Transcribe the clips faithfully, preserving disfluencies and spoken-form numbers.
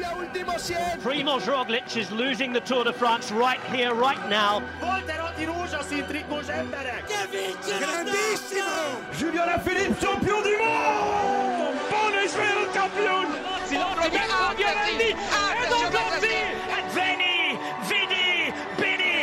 Primoz Roglic is losing the Tour de France right here, right now. Julien Alaphilippe, champion du monde! Buon Israel champion! Vianelli, Edonzi, Veni, Vidi, Bini.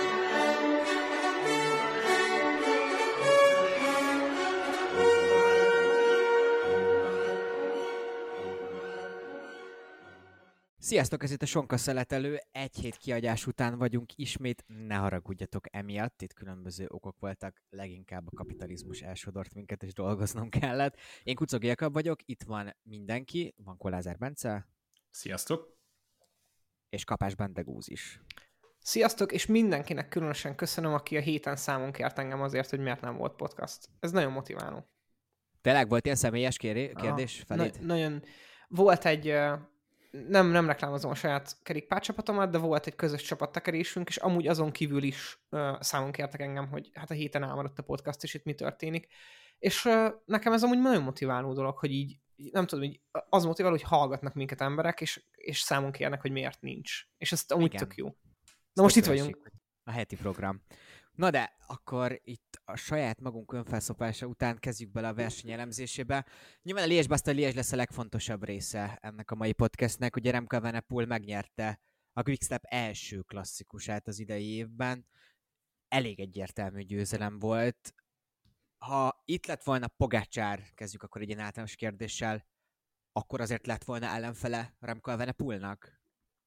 Sziasztok, ez itt a Sonka Szeletelő, egy hét kiadás után vagyunk ismét, ne haragudjatok emiatt, itt különböző okok voltak, leginkább a kapitalizmus elsodort minket, és dolgoznom kellett. Én Kucog Jakab vagyok, itt van mindenki, van Kolázár Bence. Sziasztok! És Kapás Bendegúz is. Sziasztok, és mindenkinek különösen köszönöm, aki a héten számon kért engem azért, hogy miért nem volt podcast. Ez nagyon motiváló. Tényleg volt ilyen személyes kér- kérdés ah, feléd? Na- nagyon. Volt egy... Nem, nem reklámozom a saját kerékpárcsapatomat, de volt egy közös csapattekerésünk, és amúgy azon kívül is uh, számon kértek engem, hogy hát a héten elmaradt a podcast, és itt mi történik. És uh, nekem ez amúgy nagyon motiváló dolog, hogy így, nem tudom, így az motivál, hogy hallgatnak minket emberek, és, és számon kérnek, hogy miért nincs. És ez amúgy Igen. tök jó. Na most itt vagyunk. A heti program. Na de, akkor itt a saját magunk önfelszopása után kezdjük bele a verseny elemzésébe. Nyilván a Liège-Bastogne-Liège lesz a legfontosabb része ennek a mai podcastnek. Ugye Remco Evenepoel megnyerte a Quickstep első klasszikusát az idei évben. Elég egyértelmű győzelem volt. Ha itt lett volna Pogačar, kezdjük akkor egy ilyen általános kérdéssel, akkor azért lett volna ellenfele Remco Evenepoelnak?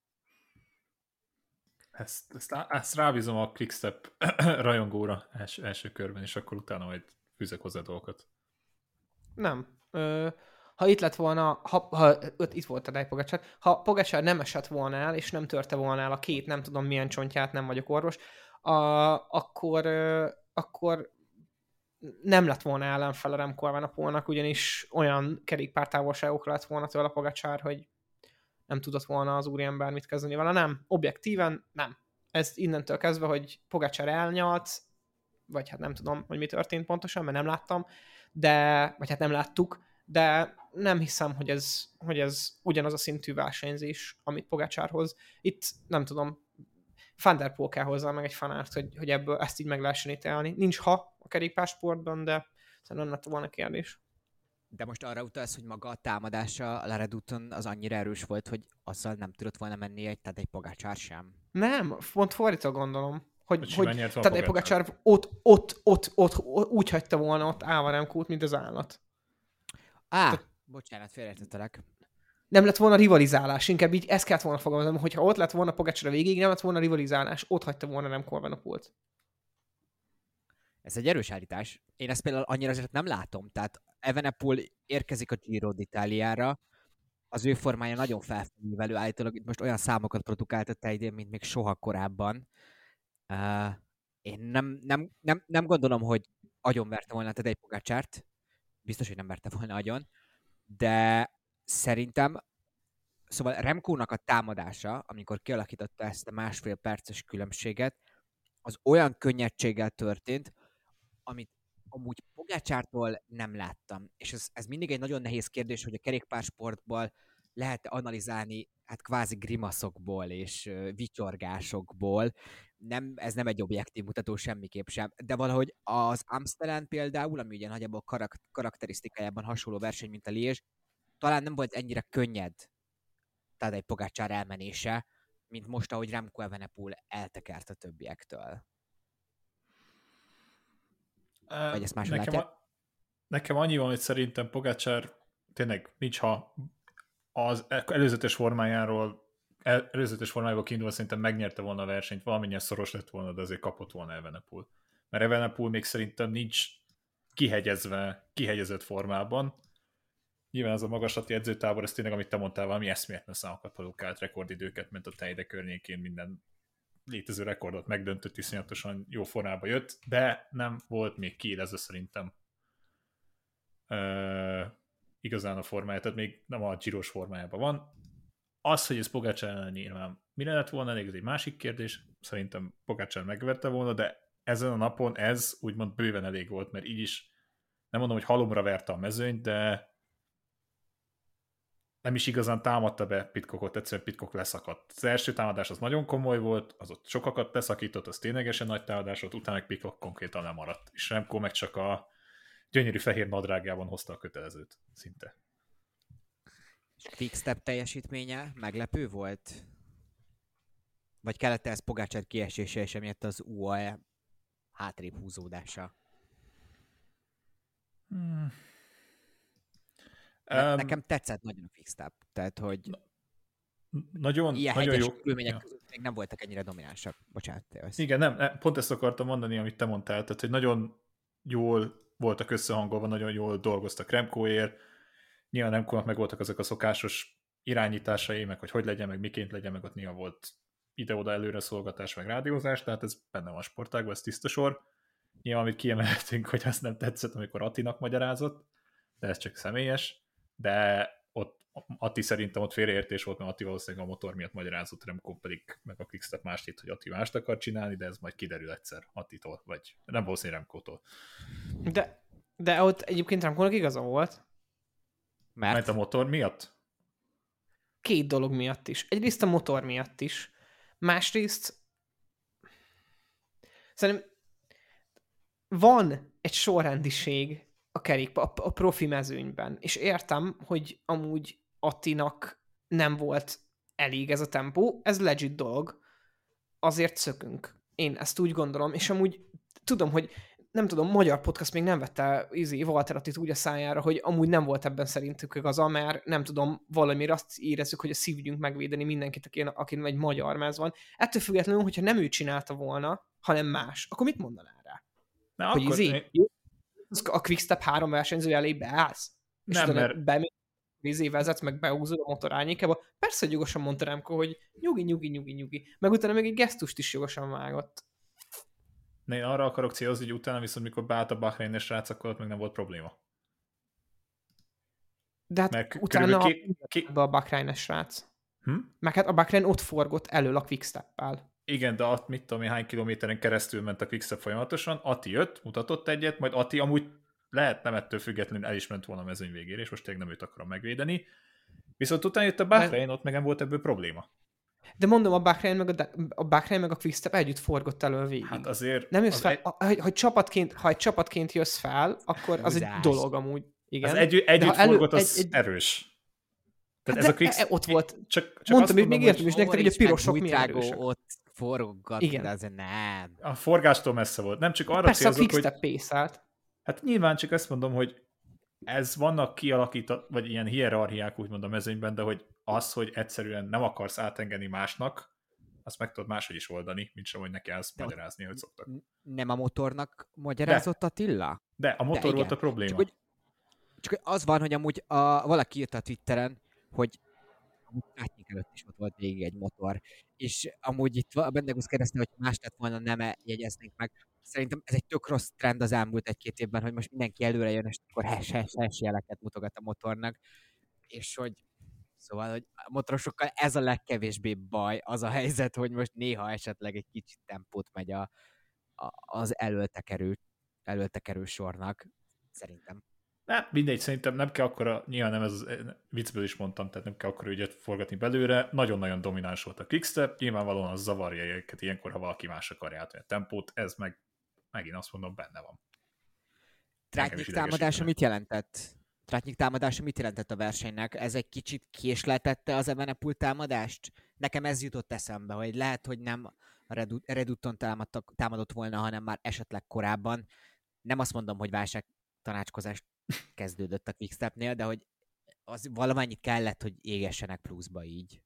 Ezt, ezt, ezt rábízom a Quickstep rajongóra első, első körben, és akkor utána majd fűzek hozzá dolgokat. Nem. Ö, ha itt lett volna, ha, ha öt, itt volt a Tadej Pogačar, ha Pogačar nem esett volna el, és nem törte volna el a két, nem tudom milyen csontját, nem vagyok orvos, a, akkor, ö, akkor nem lett volna ellenfele Remco Evenepoelnak, ugyanis olyan kerékpártávolságokra lett volna tőle a Pogačar, hogy nem tudott volna az úriember mit kezdeni vele. Nem, objektíven nem. Ez innentől kezdve, hogy Pogačar elnyalt, vagy hát nem tudom, hogy mi történt pontosan, mert nem láttam, de, vagy hát nem láttuk, de nem hiszem, hogy ez, hogy ez ugyanaz a szintű versenyzés, amit Pogačar hoz. Itt nem tudom, Van der Poel kell hozzá meg egy fanárt, hogy, hogy ebből ezt így meg lehessen ítélni. Nincs ha a kerékpársportban, de szerintem lett volna kérdés. De most arra utalsz, hogy maga a támadása a La Redoute-on az annyira erős volt, hogy azzal nem tudott volna menni egy Tadej Pogačar sem? Nem, pont fordítva gondolom. Hogy, Hogy hogy Tadej Pogačar ott, ott, ott, ott, ott úgy hagyta volna ott állva Remcót, mint az állat. Á, Te... bocsánat, félreértettelek. Nem lett volna rivalizálás, inkább így ezt kellett volna fogalmazni, hogyha ott lett volna Pogačar a végig, nem lett volna rivalizálás, ott hagyta volna Remco Evenepoelt. Ez egy erős állítás. Én ezt például annyira azért nem látom. Tehát Evenepoel érkezik a Giro d'Italiára, az ő formája nagyon felfelívelő, állítólag itt most olyan számokat produkált a idén, mint még soha korábban. Uh, én nem, nem, nem, nem gondolom, hogy agyonverte volna Tadej Pogačart, biztos, hogy nem verte volna agyon, de szerintem, szóval Remcónak a támadása, amikor kialakította ezt a másfél perces különbséget, az olyan könnyedséggel történt, amit amúgy Pogačartól nem láttam. És ez, ez mindig egy nagyon nehéz kérdés, hogy a kerékpársportból lehet analizálni hát kvázi grimaszokból és uh, vicsorgásokból. Nem, ez nem egy objektív mutató semmiképp sem. De valahogy az Amstelen például, ami ugye nagyjából karak- karakterisztikájában hasonló verseny, mint a Liège, talán nem volt ennyire könnyed Tadej Pogačar elmenése, mint most, ahogy Remco Evenepoel eltekert a többiektől. Vagy ezt máshol nekem, látják? a, nekem annyi van, hogy szerintem Pogačar tényleg nincs, ha az előzetes formájáról előzetes formájából kiindulva szerintem megnyerte volna a versenyt, valamennyien szoros lett volna, de azért kapott volna Evenepoel. Mert Evenepoel még szerintem nincs kihegyezve, kihegyezett formában. Nyilván az a magaslati edzőtábor, ez tényleg, amit te mondtál, valami eszméletlen számokat produkált, rekordidőket, ment a Teide környékén, minden létező rekordot megdöntött, iszonyatosan jó formába jött, de nem volt még kiélezve szerintem uh, igazán a formája, tehát még nem a Giros formájában van. Az, hogy ez Pogačar ellen nyilván mire lett volna, elég, ez egy másik kérdés, szerintem Pogačar megverte volna, de ezen a napon ez úgymond bőven elég volt, mert így is nem mondom, hogy halomra verte a mezőnyt, de nem is igazán támadta be Pidcockot, egyszerűen Pidcock leszakadt. Az első támadás az nagyon komoly volt, az ott sokakat leszakított, az ténylegesen nagy támadás volt, utána meg Pidcock konkrétan nem maradt. És Remco meg csak a gyönyörű fehér nadrágjában hozta a kötelezőt, szinte. És Quickstep teljesítménye meglepő volt? Vagy kellett ez Pogačar kiesése és emiatt az u á e hátrébb húzódása? Hmm. Ne, Um, nekem tetszett nagyon a Quickstep, tehát hogy nagyon, ilyen nagyon hegyes jó. körülmények Ja. között még nem voltak ennyire dominánsak. Bocsánat, te jössz. Igen, nem, nem, pont ezt akartam mondani, amit te mondtál, tehát, hogy nagyon jól voltak összehangolva, nagyon jól dolgoztak Remcoért, nyilván Remconak meg voltak azok a szokásos irányításai, meg hogy hogy legyen, meg miként legyen, meg ott nyilván volt ide-oda előre szolgatás, meg rádiózás, tehát ez benne van a sportágban, ez tiszta sor. Nyilván, amit kiemelhetünk, hogy azt nem tetszett, amikor Attinak magyarázott, de ez csak személyes, de ott Atti szerintem ott félreértés volt, mert Atti valószínűleg a motor miatt magyarázott, Remco pedig meg a Quickstep mást itt, hogy Atti mást akar csinálni, de ez majd kiderül egyszer Attitól, vagy nem valószínűleg Remco-tól. De, de ott egyébként Remconak igaza volt. Mert Mert a motor miatt? Két dolog miatt is. Egyrészt a motor miatt is. Másrészt szerintem van egy sorrendiség a kerékpa, a, a profi mezőnyben, és értem, hogy amúgy Attinak nem volt elég ez a tempó, ez legit dolog, azért szökünk. Én ezt úgy gondolom, és amúgy tudom, hogy nem tudom, magyar podcast még nem vette Izzy Walter Attit úgy a szájára, hogy amúgy nem volt ebben szerintük igaza, mert nem tudom, valamire azt érezzük, hogy a szívügyünk megvédeni mindenkit, akin, akin egy magyar mez van. Ettől függetlenül, hogyha nem ő csinálta volna, hanem más, akkor mit mondanál rá? Na, Hogy akkor Izzy, én... a Quickstep három versenyző elé beállsz? És Nem, utána mert- bemész, Izzy vezetsz, meg behúzod a motor árnyékába. Persze, hogy jogosan mondta Remco, hogy nyugi, nyugi, nyugi, nyugi. Meg utána még egy gesztust is jogosan vágott. Ne, én arra akarok célozni, hogy utána viszont mikor beállt a Bahrein-es srác, akkor ott meg nem volt probléma. De hát Mert utána körülbelül két, két- két- a Bahrein-es srác. Hm? Meg hát a Bahrein ott forgott elől a Quickstep-pel. Igen, de ott mit tudom én, hány kilométeren keresztül ment a Quickstep folyamatosan, Atti jött, mutatott egyet, majd Atti amúgy lehet nem ettől függetlenül el is ment volna a mezőny végére, és most tényleg nem őt akarom megvédeni. Viszont utána jött a Bahrein, ott meg nem volt ebből probléma. De mondom, a Bahrein meg a, a, Bahrein meg a Quickstep együtt forgott elől végig. Hát azért... nem jössz az fel, egy- a, hogy, hogy csapatként, ha egy csapatként jössz fel, akkor az egy Húzás. dolog amúgy. Igen. Az egy, De együtt ha elő- forgott, az egy- egy- erős. Tehát Hát ez a de Quickstep... e- ott volt. Csak, csak Mondtam, azt hogy mondom, még értem is nektek, hogy a Moritz meg pirosok milyen Buitrago erősek. ott foroggat, Igen. de azért nem. A forgástól messze volt. Nem csak arra Persze a célzok, hogy... Quickstep pészált. Hát nyilván csak ezt mondom, hogy ez vannak kialakított, vagy ilyen hierarchiák úgymond a mezőnyben, de hogy az, hogy egyszerűen nem akarsz átengedni másnak, azt meg tudod máshogy is oldani, mint sem, hogy neki állsz De ott- magyarázni, hogy szoktak. Nem a motornak magyarázott Attila? De a motor igen. volt a probléma. Csak hogy, csak hogy az van, hogy amúgy a, valaki írta a Twitteren, hogy amúgy Trátnyik előtt is ott volt végig egy motor, és amúgy itt a Bendegusz kérdezte, hogy más lett volna, nem jegyeznénk meg. Szerintem ez egy tök rossz trend az elmúlt egy-két évben, hogy most mindenki előre jön, és akkor hes-hes jeleket mutogat a motornak, és hogy szóval, hogy a motorosokkal ez a legkevésbé baj, az a helyzet, hogy most néha esetleg egy kicsit tempót megy a, a, az előtekerő, előtekerő sornak, szerintem. Nem, mindegy, szerintem nem kell akkora, nyilván nem ez az, viccből is mondtam, tehát nem kell akkora ügyet forgatni belőle, nagyon-nagyon domináns volt a Quickstep, nyilvánvalóan az zavarja őket ilyenkor, ha valaki más akarja átvenni a tempót, ez meg megint azt mondom, benne van. Trátnyik is támadása idegesítene. mit jelentett? Trátnyik támadása mit jelentett a versenynek? Ez egy kicsit késletette az Evenepoel támadást? Nekem ez jutott eszembe, hogy lehet, hogy nem a Redu- Redutton támadtak, támadott volna, hanem már esetleg korábban. Nem azt mondom, hogy válság tanácskozás kezdődött a Quickstepnél, de hogy az valamennyit kellett, hogy égessenek pluszba így.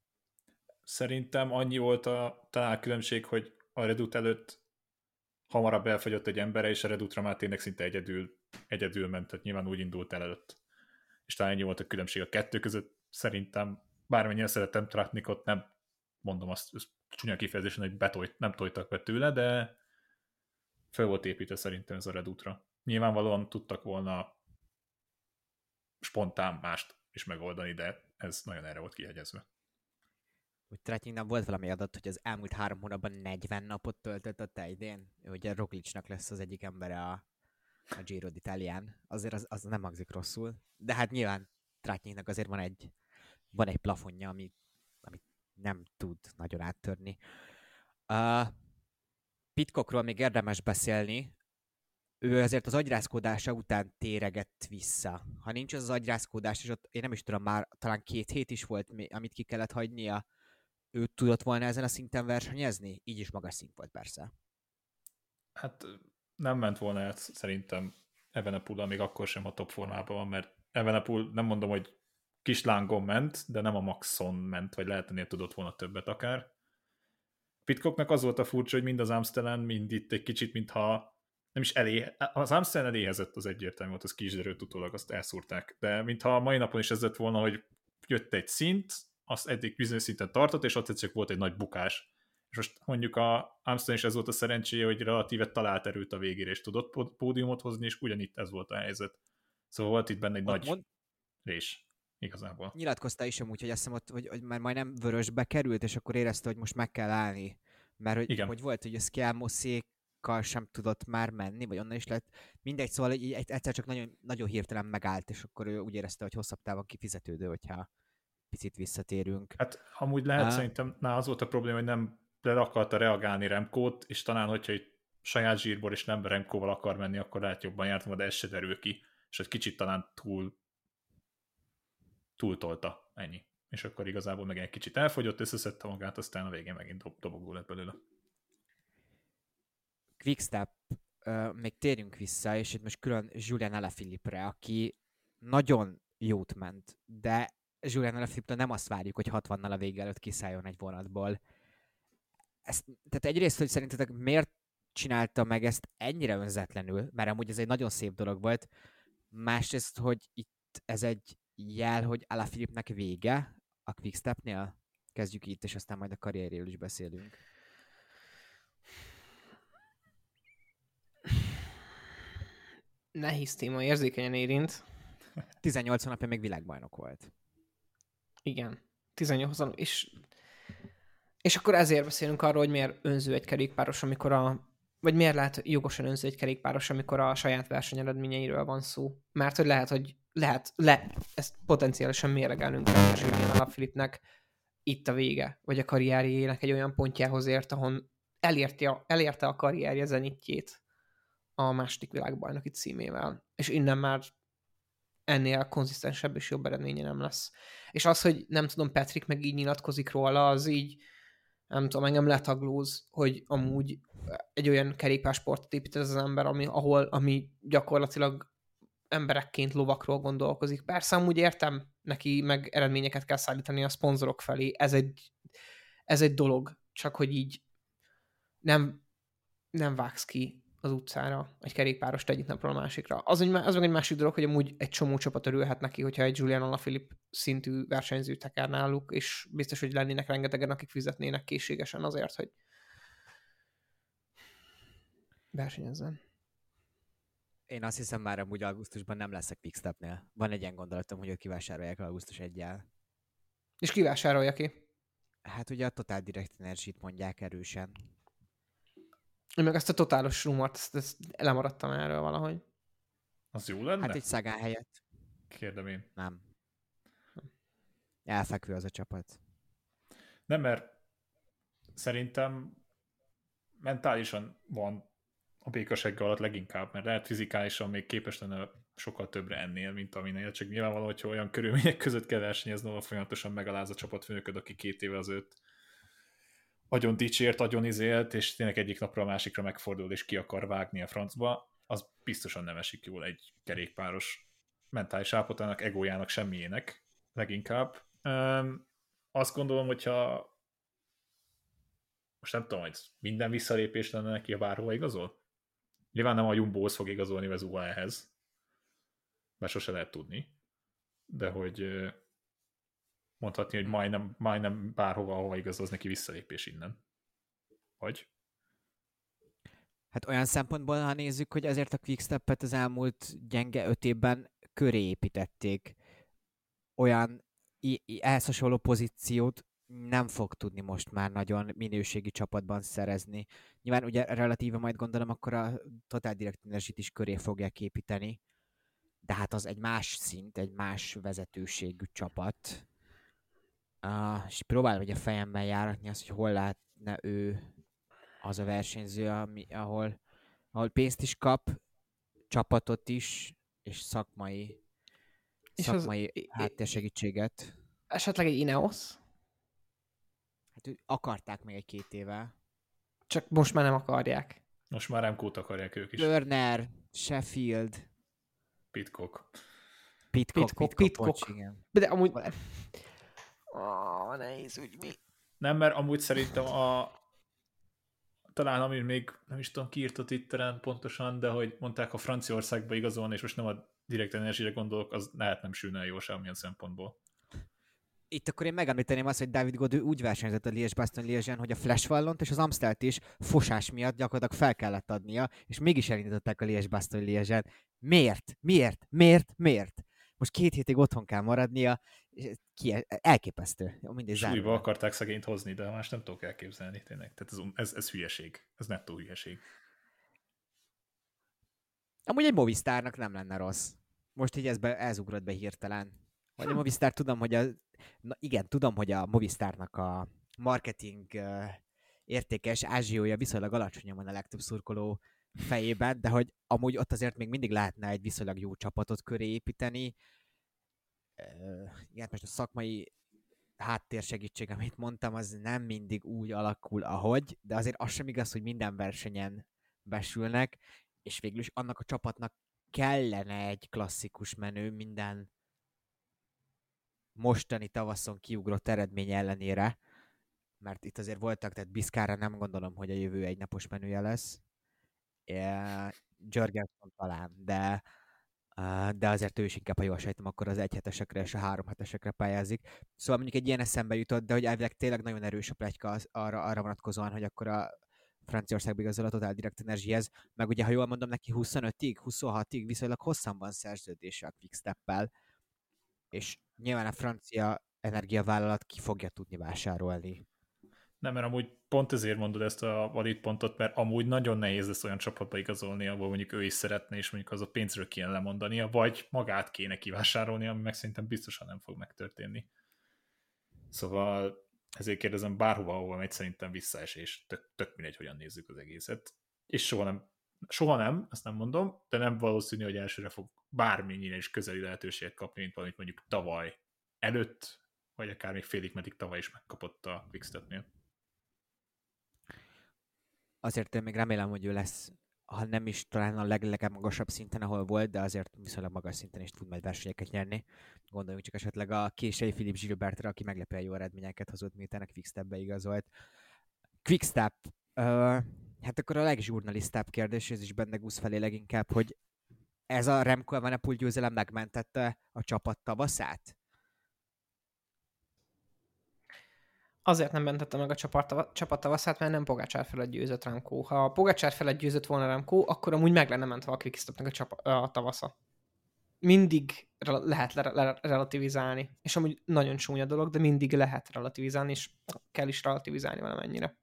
Szerintem annyi volt a talán különbség, hogy a Redut előtt hamarabb elfogyott egy embere, és a Redutra már tényleg szinte egyedül, egyedül ment, tehát nyilván úgy indult el előtt. És talán ennyi volt a különbség a kettő között. Szerintem bármennyire szeretem Tratnikot, nem mondom azt, ez csúnya kifejezésen, hogy betolt, nem tojtak be tőle, de fel volt építve szerintem ez a Redutra. Nyilvánvalóan tudtak volna spontán mást is megoldani, de ez nagyon erre volt kihegyezve. Úgy Trátnyiknak volt valami adat, hogy az elmúlt három hónapban negyven napot töltött a tejdén. Ugye Roglicnak lesz az egyik embere a, a Giro d'Italián. Azért az, az nem hangzik rosszul. De hát nyilván Trátnyiknak azért van egy van egy plafonja, ami, amit nem tud nagyon áttörni. Uh, Pitcockról még érdemes beszélni, ő azért az agyrázkódása után téregett vissza. Ha nincs az az agyrázkódás, és ott én nem is tudom, már talán két hét is volt, amit ki kellett hagynia, ő tudott volna ezen a szinten versenyezni? Így is magas szint volt persze. Hát nem ment volna el szerintem Evenepoel, még akkor sem a top formában van, mert Evenepoel nem mondom, hogy kis lángon ment, de nem a maxon ment, vagy lehet ennél tudott volna többet akár. Pitcocknak az volt a furcsa, hogy mind az Amstelen, mind itt egy kicsit, mintha nem is elé, az Amstelen eléhezett, az egyértelmű volt, az ki is derült utólag, azt elszúrták, de mintha a mai napon is ez lett volna, hogy jött egy szint, azt eddig bizonyos szinten tartott, és ott csak volt egy nagy bukás. És most mondjuk a Amstelen is ez volt a szerencséje, hogy relatíve talált erőt a végére, és tudott pódiumot hozni, és ugyanitt ez volt a helyzet. Szóval volt itt benne egy ott nagy mond... rés, igazából. Nyilatkozta is amúgy, hogy azt hiszem ott, hogy, hogy már majdnem vörösbe került, és akkor érezte, hogy most meg kell állni. Mert hogy, hogy volt, hogy a Skelmoszékkal sem tudott már menni, vagy onnan is lett. Mindegy, szóval így egyszer csak nagyon, nagyon hirtelen megállt, és akkor ő úgy érezte, hogy hosszabb távon kifizetődő, hogyha picit visszatérünk. Hát amúgy lehet, uh, szerintem nála az volt a probléma, hogy nem le akarta reagálni Remkót, és talán, hogyha egy saját zsírból és nem Remkóval akar menni, akkor lehet jobban jártam, de ez se derül ki, és egy kicsit talán túl túltolta, ennyi. És akkor igazából meg egy kicsit elfogyott, összeszedte magát, aztán a végén megint dob- dobogó lett belőle. Quickstep, uh, még térjünk vissza, és itt most külön Julian Alaphilippe-re, aki nagyon jót ment, de Julian Alaphilippe-től nem azt várjuk, hogy hatvannal a vége előtt kiszálljon egy vonatból. Ezt, tehát egyrészt, hogy szerintetek miért csinálta meg ezt ennyire önzetlenül, mert amúgy ez egy nagyon szép dolog volt, másrészt, hogy itt ez egy jel, hogy Alaphilippe-nek vége a Quickstepnél? Kezdjük itt, és aztán majd a karrierjéről is beszélünk. Nehéz téma, érzékenyen érint. tizennyolc hónapja még világbajnok volt. Igen. tizennyolc, és, és akkor ezért beszélünk arról, hogy miért önző egy kerékpáros, amikor a vagy miért lehet jogosan önző egy kerékpáros, amikor a saját versenyeredményeiről van szó. Mert hogy lehet, hogy lehet, le, ezt potenciálisan mérlegelnünk kell, és Julian Alaphilippe-nek itt a vége, vagy a karrierjének egy olyan pontjához ért, ahon elérte a, elérte a karrierje zenitjét a második világbajnoki címével. És innen már ennél konzisztensebb és jobb eredménye nem lesz. És az, hogy nem tudom, Patrick meg így nyilatkozik róla, az így nem tudom, engem letaglóz, hogy amúgy egy olyan kerékpársportot épít ez az ember, ami, ahol, ami gyakorlatilag emberekként lovakról gondolkozik. Persze amúgy értem, neki meg eredményeket kell szállítani a szponzorok felé, ez egy, ez egy dolog, csak hogy így nem, nem vágsz ki az utcára egy kerékpárost egyik napról a másikra. Az, az meg egy másik dolog, hogy amúgy egy csomó csapat örülhet neki, hogyha egy Julian Alaphilippe szintű versenyző teker náluk, és biztos, hogy lennének rengetegen, akik fizetnének készségesen azért, hogy versenyezzen. Én azt hiszem már amúgy augusztusban nem leszek Quickstepnél. Van egy ilyen gondolatom, hogy ők kivásárolják augusztus egyel. És kivásárolja ki? Hát ugye a Total Direct Energy-t mondják erősen. Én meg ezt a totálos rumort, ezt, ezt lemaradtam erről valahogy. Az jó lenne? Hát egy Sagan helyett. Kérdem én. Nem. Elfekvő az a csapat. Nem, mert szerintem mentálisan van a békasegge alatt leginkább, mert lehet fizikálisan még képes lenne sokkal többre ennél, mint aminél, csak nyilvánvaló, hogyha olyan körülmények között kell versenyezni, ahol folyamatosan megaláz a csapatfőnököd, aki két éve azért agyon dicsért, agyon izélt, és tényleg egyik napra a másikra megfordul, és ki akar vágni a francba, az biztosan nem esik jól egy kerékpáros mentális állapotának, egójának, semmiének leginkább. Um, azt gondolom, hogyha most nem tudom, hogy minden visszalépés lenne neki, ha bárhova igazol? Nyilván nem a Jumbohoz fog igazolni Vezúva ehhez, mert sose lehet tudni, de hogy mondhatni, hogy majdnem, majdnem bárhova, ahova igazolsz neki visszalépés innen. Vagy? Hát olyan szempontból, ha nézzük, hogy ezért a Quickstepet az elmúlt gyenge öt évben köré építették. Olyan ehhez hasonló pozíciót nem fog tudni most már nagyon minőségi csapatban szerezni. Nyilván ugye relatíve majd gondolom, akkor a Total Direct Energy-t is köré fogják építeni, de hát az egy más szint, egy más vezetőségű csapat. Uh, és próbálom ugye a fejemben járatni azt, hogy hol lehetne ő az a versenyző, ami, ahol, ahol pénzt is kap, csapatot is, és szakmai, És az- szakmai i- i- háttérsegítséget. Esetleg egy Ineos, Hát ők akarták még egy-két éve. csak most már nem akarják. Most már Remkót akarják ők is. Turner, Sheffield, Pitcock. Pitcock, Pitcock, Pitcock, Pitcock. bocs, igen. De amúgy... Oh, nehéz úgy mi. Nem, mert amúgy szerintem a talán ami még nem is tudom, ki írt a Twitteren pontosan, de hogy mondták, ha Franciaországba igazolni, és most nem a Direct Energy-re gondolok, az lehet nem sülne jó semmilyen szempontból. Itt akkor én megemlíteném azt, hogy David Godő úgy versenyzett a Liège-Bastogne-Liège-en, hogy a Flash Vallont és az Amstelt is fosás miatt gyakorlatilag fel kellett adnia, és mégis elindították a Liège-Bastogne-Liège-en. Miért? Miért? Miért? Miért? Most két hétig otthon kell maradnia, és ki, elképesztő. Jó, mindegy, Súlyba zárójel. akarták szegényt hozni, de más nem tudok elképzelni tényleg. Tehát ez, ez, ez hülyeség. Ez nettó hülyeség. Amúgy egy Movistarnak nem lenne rossz. Most így ez, be, ez ugrott be hirtelen. Vagy a Movistar tudom, hogy a, na igen, tudom, hogy a Movistarnak a marketing uh, értékes ázsiója viszonylag alacsonyan van a legtöbb szurkoló fejében, de hogy amúgy ott azért még mindig lehetne egy viszonylag jó csapatot köré építeni. Uh, igen, most a szakmai háttérsegítség, amit mondtam, az nem mindig úgy alakul, ahogy, de azért az sem igaz, hogy minden versenyen besülnek, és végül is annak a csapatnak kellene egy klasszikus menő minden mostani tavaszon kiugrott eredmény ellenére, mert itt azért voltak, tehát Biszkára nem gondolom, hogy a jövő egy napos menüje lesz. Jörgensen talán, de, de azért ő is inkább, ha jól sejtem, akkor az egyhetesekre és a háromhetesekre pályázik. Szóval mondjuk egy ilyen eszembe jutott, de hogy elvileg tényleg nagyon erős a pletyka az, arra, arra vonatkozóan, hogy akkor a Franciaországba igazol a Total Direct Energyhez, meg ugye, ha jól mondom, neki huszonötig, huszonhatig viszonylag hosszan van szerződése a Quickstep-pel, és nyilván a francia energiavállalat ki fogja tudni vásárolni. Nem, mert amúgy pont ezért mondod ezt a valid pontot, mert amúgy nagyon nehéz lesz olyan csapatba igazolni, ahol mondjuk ő is szeretne, és mondjuk az a pénzről kéne lemondania, vagy magát kéne kivásárolni, ami meg szerintem biztosan nem fog megtörténni. Szóval ezért kérdezem, bárhova, ahova megy, szerintem visszaesés, tök, tök mindegy, hogyan nézzük az egészet. És soha nem, soha nem, azt nem mondom, de nem valószínű, hogy elsőre fog bármennyire is közeli lehetőséget kapni, mint valamit mondjuk tavaly előtt, vagy akár még félig meddig tavaly is megkapott a Quickstepnél. Azért én még remélem, hogy ő lesz, ha nem is talán a legmagasabb szinten, ahol volt, de azért viszonylag magas szinten is tud majd versenyeket nyerni. Gondoljunk csak esetleg a késői Philippe Gilbertre, aki meglepően jó eredményeket hozott, miután a Quickstepbe igazolt. Quickstep, uh, hát akkor a legzsurnalisztább kérdés, ez is Bendegusz felé leginkább, hogy ez a Remco Evenepoel győzelem megmentette a csapat tavaszát? Azért nem mentette meg a csapat, csapat tavaszát, mert nem Pogačar felett győzött Remco. Ha Pogačar felett győzött volna Remco, akkor amúgy meg lenne mentve a Quickstepnek a, csapa, a tavasza. Mindig re- lehet le- le- relativizálni. És amúgy nagyon csúnya dolog, de mindig lehet relativizálni, és kell is relativizálni valamennyire.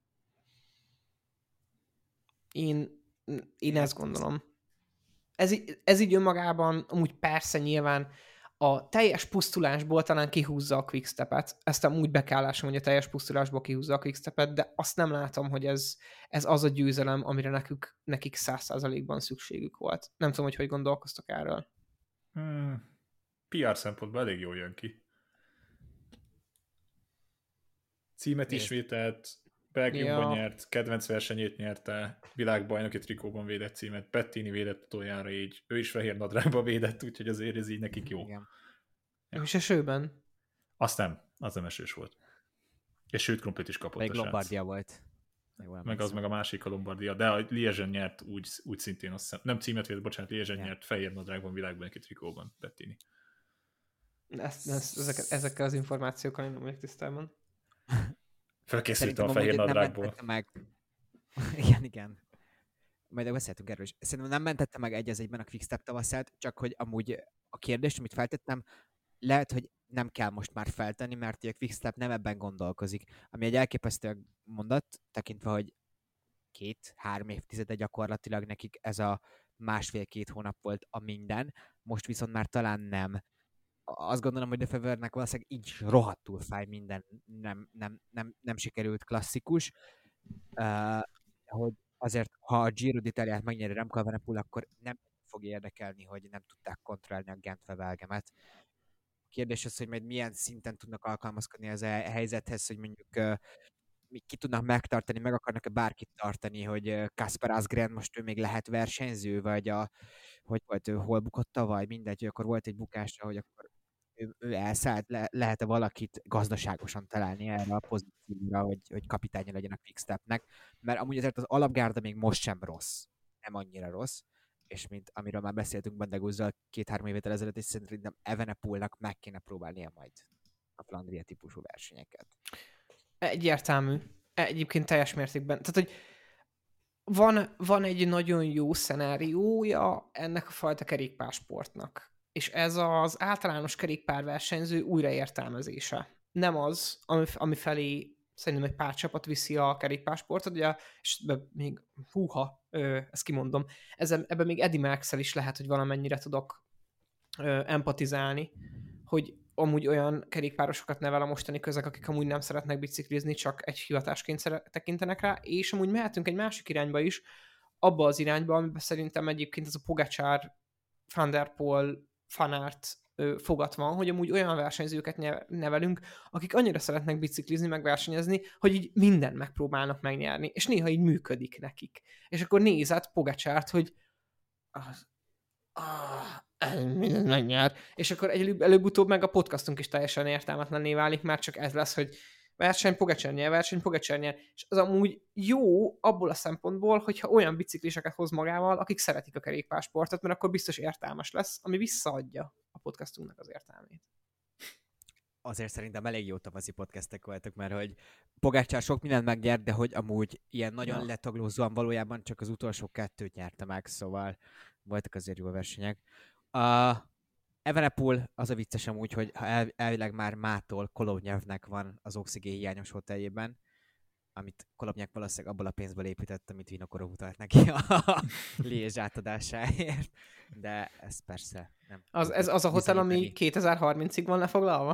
Én, én ezt gondolom. Ez, ez így önmagában amúgy persze nyilván a teljes pusztulásból talán kihúzza a Quickstepet. Ezt amúgy be kell lássam, hogy a teljes pusztulásból kihúzza a Quickstepet, de azt nem látom, hogy ez, ez az a győzelem, amire nekük, nekik száz százalékban szükségük volt. Nem tudom, hogy hogy gondolkoztok erről. Hmm. pé er szempontból elég jól jön ki. Címet Nézd. ismételt, Belgiumban Ja. nyert, kedvenc versenyét nyerte, világbajnoki trikóban védett címet, Bettini védett utoljára így, ő is fehér nadrágban védett, úgyhogy azért ez így nekik jó. Igen. Ja. És esőben? Azt nem, az nem esős volt. És sőt, krumplit is kapott Még a srác. Lombardia volt. Meg az meg a másik a Lombardia, de a Liège-en nyert úgy, úgy szintén, azt hiszem, nem címet védett, bocsánat, Liège-en Ja. nyert fehér nadrágban, világbajnoki trikóban, Bettini. Ezt, ezt, ezek, ezekkel az információkkal én nem vagyok tisztában. Felkészültem a Szerintem fehér amúgy nem nadrágból. mentette meg. Igen, igen. Majd beszéltünk erről is. Szerintem nem mentette meg egy az egyben a Quickstep tavaszát, csak hogy amúgy a kérdést, amit feltettem, lehet, hogy nem kell most már feltenni, mert a Quickstep nem ebben gondolkozik. Ami egy elképesztő mondat, tekintve, hogy két-három évtizede gyakorlatilag nekik ez a másfél-két hónap volt a minden, most viszont már talán nem. azt gondolom, hogy Lefevernek valószínűleg így rohadtul fáj minden nem, nem, nem, nem sikerült klasszikus. Uh, hogy azért, ha a Giro d'Italiát megnyeri Remco Evenepoel, akkor nem fog érdekelni, hogy nem tudták kontrollálni a Gent-Wevelgemet. A kérdés az, hogy majd milyen szinten tudnak alkalmazkodni ez a helyzethez, hogy mondjuk uh, ki tudnak megtartani, meg akarnak-e bárkit tartani, hogy Kasper Asgreen most ő még lehet versenyző, vagy a, hogy volt ő, hol bukott tavaly, mindegy, hogy akkor volt egy bukásra, hogy akkor ő, ő elszállt, le, lehet-e valakit gazdaságosan találni erre a pozícióra, hogy, hogy kapitánya legyen a Quickstepnek, mert amúgy azért az alapgárda még most sem rossz, nem annyira rossz, és mint amiről már beszéltünk Bandegúzzal két-három évétel ezelőtt, és szerintem Evenepoelnak meg kéne próbálnia majd a Flandria típusú versenyeket. Egyértelmű. Egyébként teljes mértékben. Tehát, hogy van, van egy nagyon jó szenáriója ennek a fajta kerékpársportnak. És ez az általános kerékpárversenyző újraértelmezése. Nem az, ami, ami felé szerintem egy pár csapat viszi a kerékpársportot, ugye, és ebben még, húha, ö, ezt kimondom, ezzel, ebben még Eddie Merckx-el is lehet, hogy valamennyire tudok ö, empatizálni, hogy amúgy olyan kerékpárosokat nevel a mostani közeg, akik amúgy nem szeretnek biciklizni, csak egy hivatásként szere- tekintenek rá, és amúgy mehetünk egy másik irányba is, abba az irányba, amiben szerintem egyébként ez a Pogačar, Van der Poel, Van Aert fogat van, hogy amúgy olyan versenyzőket nevelünk, akik annyira szeretnek biciklizni, meg versenyezni, hogy így mindent megpróbálnak megnyerni, és néha így működik nekik. És akkor nézed Pogačart, hogy az, ah, mindent megnyer, és akkor előbb, előbb-utóbb meg a podcastunk is teljesen értelmetlenné válik, már csak ez lesz, hogy verseny, Pogačar nyer, verseny, Pogačar nyer, és az amúgy jó abból a szempontból, hogyha olyan bicikliseket hoz magával, akik szeretik a kerékpársportot, mert akkor biztos értelmes lesz, ami visszaadja a podcastunknak az értelmét. Azért szerintem elég jó tavaszi podcastek voltak, mert hogy Pogačar sok mindent megnyert, de hogy amúgy ilyen nagyon ja. letaglózóan valójában csak az utolsó kettőt nyerte meg, szóval voltak azért jó versenyek. Uh, Evenepoel az a vicces amúgy, hogy el, elvileg már mától Kolobnyevnek van az oxigén hiányos hoteljében, amit Kolobnyev valószínűleg abból a pénzből épített, amit Vinokurov utalt neki a Liège átadásáért, de ez persze nem. Az, ez az a hotel, ami kétezer-harmincig van lefoglalva?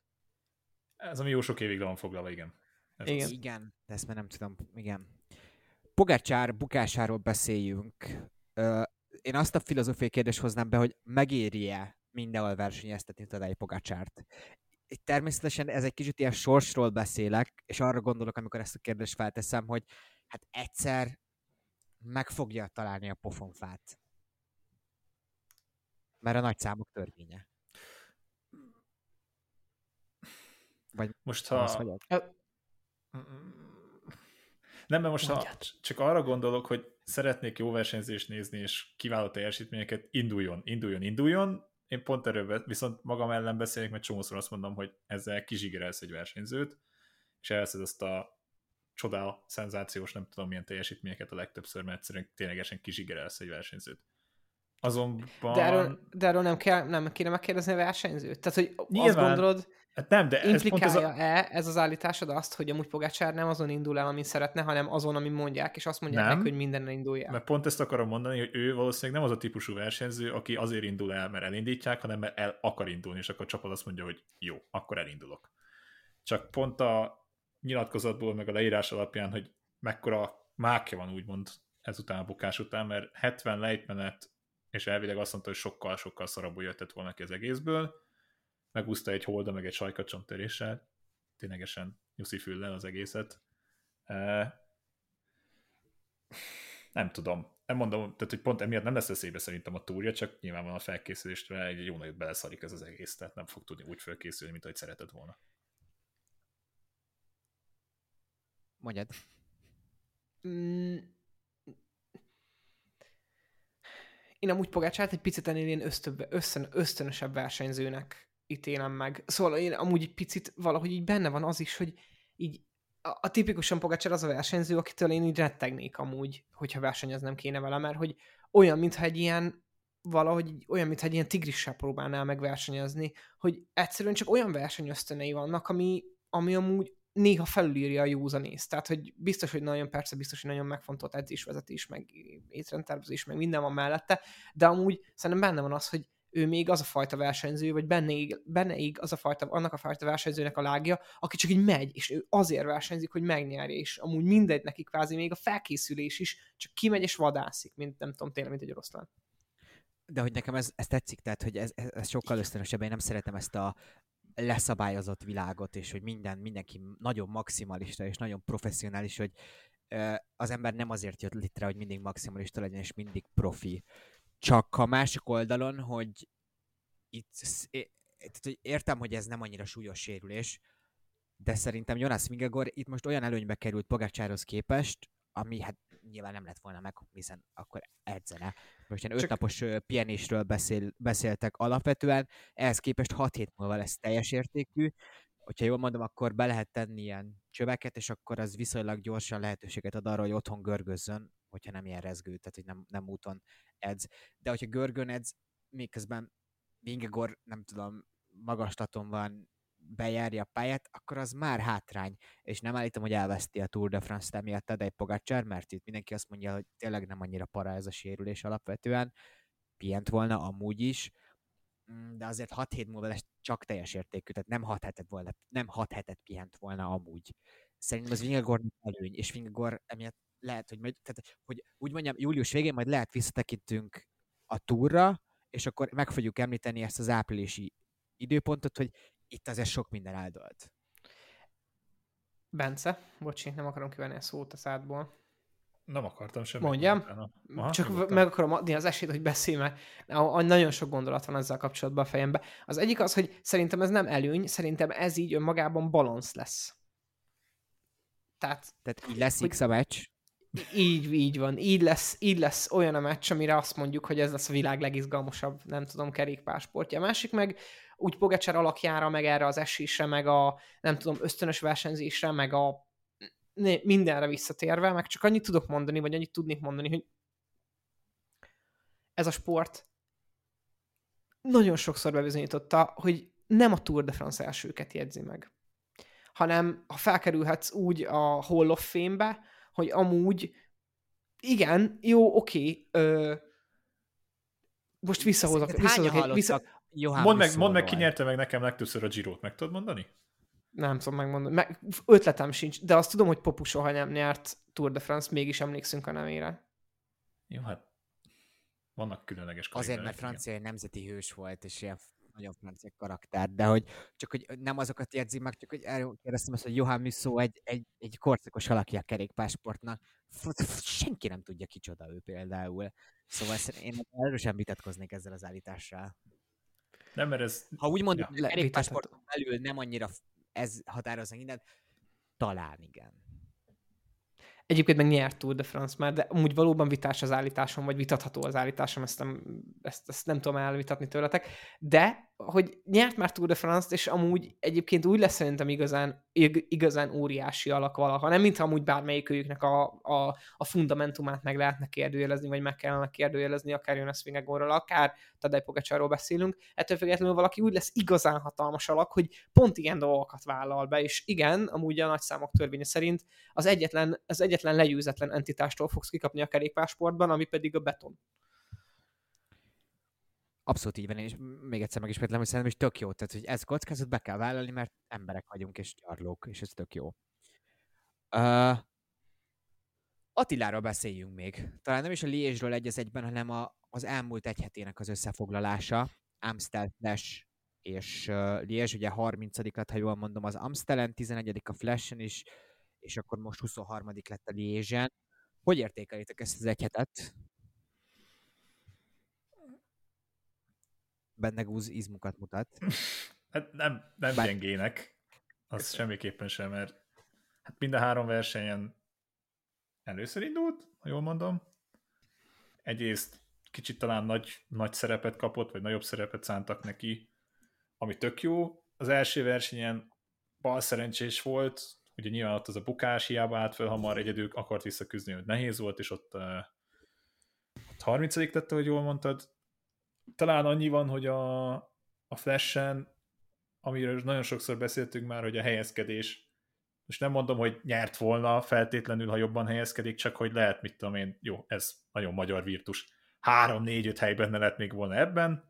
Ez ami jó sok évig le van foglalva, igen. Ez igen. Az. Igen, de ezt már nem tudom, igen. Pogačar bukásáról beszéljünk. Uh, én azt a filozófiai kérdést hoznám be, hogy megéri-e mindenhol versenyeztetni Tadej Pogačart. Természetesen ez egy kicsit ilyen sorsról beszélek, és arra gondolok, amikor ezt a kérdést felteszem, hogy hát egyszer meg fogja találni a pofonfát. Mert a nagy számok törvénye. Vagy most ha... Nem, mert most Mondjad. ha csak arra gondolok, hogy szeretnék jó versenyzést nézni, és kiváló teljesítményeket, induljon, induljon, induljon. Én pont erről viszont magam ellen beszélek, mert csomószor azt mondom, hogy ezzel kizsigerelsz egy versenyzőt, és elveszed azt a csodál, szenzációs, nem tudom milyen teljesítményeket a legtöbbször, mert egyszerűen ténylegesen kizsigerelsz egy versenyzőt. Azonban... De erről, de erről nem, kell, nem kéne megkérdezni a versenyzőt? Tehát, hogy Nyilván, azt gondolod, hát nem, de implikálja-e ez, ez, ez az állításod azt, hogy amúgy Pogačar nem azon indul el, amit szeretne, hanem azon, amit mondják, és azt mondják nem, neki, hogy mindennel indulj el. Mert pont ezt akarom mondani, hogy ő valószínűleg nem az a típusú versenyző, aki azért indul el, mert elindítják, hanem mert el akar indulni, és akkor a csapat azt mondja, hogy jó, akkor elindulok. Csak pont a nyilatkozatból, meg a leírás alapján, hogy mekkora mákja van úgymond ezután a bukás után, mert hetven lejtmenet, és elvileg azt mondta, hogy sokkal-sokkal szarabbul jöttett volna ki az egészből, megúszta egy holda, meg egy sajkacsonttöréssel, ténylegesen nyuszi füllel az egészet. E- nem tudom. Nem mondom, tehát, hogy pont emiatt nem lesz eszébe szerintem a túrja, csak nyilván van a felkészüléstre egy jó nagyot beleszarik ez az egész, tehát nem fog tudni úgy felkészülni, mint ahogy szeretett volna. Mondjad. Mm. Én amúgy Pogačart egy picit ennél ilyen ösztöbb, ösztön, ösztönösebb versenyzőnek ítélem meg. Szóval én amúgy egy picit valahogy így benne van az is, hogy így a, a tipikusan Pogačar az a versenyző, akitől én így rettegnék amúgy, hogyha versenyeznem kéne vele, mert hogy olyan, mintha egy ilyen valahogy olyan, mintha egy ilyen tigrissel próbálnál meg versenyezni, hogy egyszerűen csak olyan versenyösztönei vannak, ami, ami amúgy néha felülírja a józanészt. Tehát, hogy biztos, hogy nagyon, persze biztos, hogy nagyon megfontolt edzésvezetés, meg étrendtervezés, meg minden van mellette, de amúgy szerintem benne van az, hogy ő még az a fajta versenyző, vagy benne ég, benne ég az a fajta, annak a fajta versenyzőnek a lágja, aki csak így megy, és ő azért versenyzik, hogy megnyerje, és amúgy mindegy neki kvázi még a felkészülés is, csak kimegy és vadászik, mint nem tudom, tényleg, mint egy oroszlán. De hogy nekem ez, ez tetszik, tehát hogy ez, ez sokkal ösztönösebb, én nem szeretem ezt a leszabályozott világot, és hogy minden, mindenki nagyon maximalista, és nagyon professzionális, hogy az ember nem azért jött létre, hogy mindig maximalista legyen, és mindig profi. Csak a másik oldalon, hogy itt, hogy értem, hogy ez nem annyira súlyos sérülés, de szerintem Jonas Vingegaard itt most olyan előnybe került Pogačarhoz képest, ami hát nyilván nem lett volna meg, hiszen akkor edzene. Most ilyen ötnapos pihenésről beszél, beszéltek alapvetően, ehhez képest hat hét múlva lesz teljes értékű. Hogyha jól mondom, akkor be lehet tenni ilyen csöveket, és akkor az viszonylag gyorsan lehetőséget ad arra, hogy otthon görgözzön, hogyha nem ilyen rezgő, tehát hogy nem, nem úton edz. De hogyha görgön edz, miközben Vingegaard, nem tudom, magaslaton van, bejárja a pályát, akkor az már hátrány. És nem állítom, hogy elveszti a Tour de France-t emiatt Tadej Pogačar, mert itt mindenki azt mondja, hogy tényleg nem annyira para ez a sérülés alapvetően. Pihent volna amúgy is, de azért hat hét múlva lesz csak teljes értékű, tehát nem hat hetet volna, nem hat hetet pihent volna amúgy. Szerintem az Vingegaard előny, és Vingegaard emiatt lehet, hogy, majd, tehát, hogy úgy mondjam, július végén majd lehet visszatekintünk a túrra, és akkor meg fogjuk említeni ezt az áprilisi időpontot, hogy itt azért sok minden áldolt. Bence, bocsi, nem akarom kivenni a szót a szádból. Nem akartam semmit. Mondjam? Aha, csak nyugodtan. Meg akarom adni az esélyt, hogy beszélj, mert nagyon sok gondolat van ezzel kapcsolatban a fejemben. Az egyik az, hogy szerintem ez nem előny, szerintem ez így önmagában balansz lesz. Tehát, Tehát így lesz hogy... X a meccs. Így, így van. Így lesz, így lesz olyan a meccs, amire azt mondjuk, hogy ez lesz a világ legizgalmasabb, nem tudom, kerékpársportja. A másik meg úgy Pogačar alakjára, meg erre az esésre, meg a, nem tudom, ösztönös versenyzésre, meg a mindenre visszatérve, meg csak annyit tudok mondani, vagy annyit tudnék mondani, hogy ez a sport nagyon sokszor bebizonyította, hogy nem a Tour de France elsőket jegyzi meg, hanem ha felkerülhetsz úgy a Hall of Fame-be, hogy amúgy igen, jó, oké, ö, most visszahozok. visszahozok vissza... Mondd meg, mondd meg, ki nyerte meg nekem legtöbbször a Girót, meg tudod mondani? Nem tudom megmondani. Meg, ötletem sincs, de azt tudom, hogy Popu soha nem nyert Tour de France, mégis emlékszünk a nevére. Jó, hát vannak különleges karakterek. Azért, mert francia egy nemzeti hős volt, és ilyen nagyon francia karakter, de hogy csak hogy nem azokat jegyzi meg, csak hogy erről kérdeztem azt, hogy Johan Musso egy, egy, egy korszakos alakja a kerékpársportnak. Senki nem tudja, kicsoda ő például. Szóval én erősen vitatkoznék ezzel az állítással. Nem, mert ez... Ha úgy mondom, ja. kerékpársporton belül nem annyira ez határozza mindent, talán igen. Egyébként meg nyert Tour de France már, de amúgy valóban vitás az állításom, vagy vitatható az állításom, ezt nem, ezt, ezt nem tudom elvitatni tőletek, de hogy nyert már Tour de France-t, és amúgy egyébként úgy lesz szerintem igazán, igazán óriási alak valaha, nem mintha amúgy bármelyikőjüknek a, a, a fundamentumát meg lehetne kérdőjelezni, vagy meg kellene kérdőjelezni, akár Jonas Vingegaardról, akár Tadej Pogačarról beszélünk, ettől függetlenül valaki úgy lesz igazán hatalmas alak, hogy pont ilyen dolgokat vállal be, és igen, amúgy a nagyszámok törvénye szerint az egyetlen, az egyetlen legyőzetlen entitástól fogsz kikapni a kerékpársportban, ami pedig a beton. Abszolút így van, és még egyszer megismétlem, hogy szerintem is tök jó. Tehát, hogy ez kockázat be kell vállalni, mert emberek vagyunk, és gyarlók, és ez tök jó. Uh, Attiláról beszéljünk még. Talán nem is a Liège-ről egy az egyben, hanem a, az elmúlt egy hetének az összefoglalása. Amstel, Flash és uh, Liège, ugye harmincadik lett, ha jól mondom, az Amstelen, tizenegyedik a Flashen is, és akkor most huszonharmadik lett a Liège-en. Hogy értékelitek ezt az egy hetet? Benne gúz izmukat mutat. Hát nem, nem Bár... gyengének. Az semmiképpen sem, mert hát mind a három versenyen először indult, ha jól mondom. Egyrészt kicsit talán nagy, nagy szerepet kapott, vagy nagyobb szerepet szántak neki, ami tök jó. Az első versenyen bal szerencsés volt, ugye nyilván ott az a bukás, hiába állt fel hamar, egyedül akart visszaküzdni, hogy nehéz volt, és ott, uh, ott harmincadik tette, hogy jól mondtad. Talán annyi van, hogy a, a Flash-en, amiről nagyon sokszor beszéltünk már, hogy a helyezkedés, most nem mondom, hogy nyert volna feltétlenül, ha jobban helyezkedik, csak hogy lehet, mit tudom én, jó, ez nagyon magyar virtus, három, négy, öt hely benne lett még volna ebben,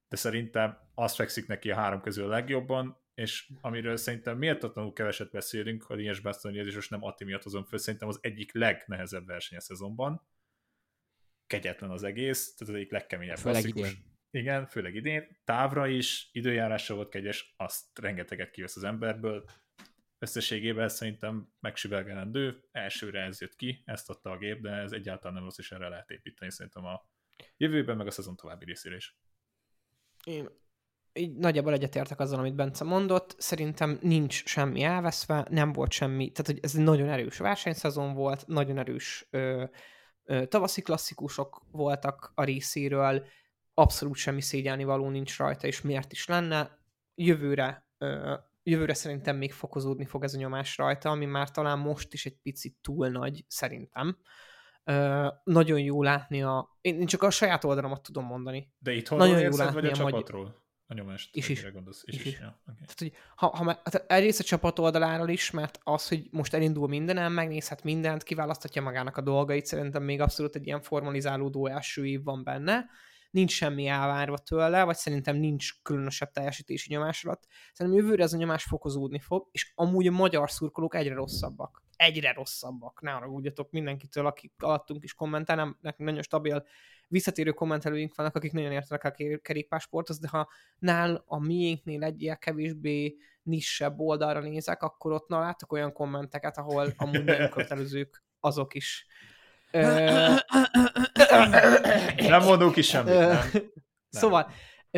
de szerintem az fekszik neki a három közül a legjobban, és amiről szerintem méltatlanul keveset beszélünk, a Liège Bastogne, és most nem Atti miatt hozom föl, szerintem az egyik legnehezebb verseny a szezonban. Kegyetlen az egész, tehát az egyik legkeményebb Főleg klasszikus. idén. Igen, főleg idén. Távra is, időjárásra volt kegyes, azt rengeteget kivesz az emberből. Összességében szerintem megsüvelgelendő. Elsőre ez jött ki, ezt adta a gép, de ez egyáltalán nem rossz, és erre lehet építeni szerintem a jövőben, meg a szezon további részére is. Én így nagyjából egyetértek azzal, amit Bence mondott. Szerintem nincs semmi elveszve, nem volt semmi, tehát hogy ez egy nagyon erős versenyszezon volt, nagyon erős ö, ö, tavaszi klasszikusok voltak a részéről, abszolút semmi szégyelni való nincs rajta, és miért is lenne. Jövőre, ö, jövőre szerintem még fokozódni fog ez a nyomás rajta, ami már talán most is egy picit túl nagy, szerintem. Ö, nagyon jó látni a... Én csak a saját oldalamat tudom mondani. De itthon Nagyon jó érzed, látni vagy a a csapatról? A nyomást? Is is. Gondolsz? Is Is, is. is. Ja, okay. Tehát, hogy ha, ha hát egyrészt a csapat oldaláról is, mert az, hogy most elindul mindenem, megnézhet mindent, kiválasztatja magának a dolgait, szerintem még abszolút egy ilyen formalizálódó első év van benne, nincs semmi elvárva tőle, vagy szerintem nincs különösebb teljesítési nyomás alatt. Szerintem jövőre ez a nyomás fokozódni fog, és amúgy a magyar szurkolók egyre rosszabbak. Egyre rosszabbak. Ne haragudjatok mindenkitől, akik alattunk is kommentálnak, nekünk nagyon stabil visszatérő kommentelőink vannak, akik nagyon értenek a kerékpársporthoz, de ha nál a miénknél egy ilyen kevésbé nissebb oldalra nézek, akkor ott na, látok olyan kommenteket, ahol amúgy nagyon kötelezők azok is. Nem mondunk is semmit, nem? nem. Szóval,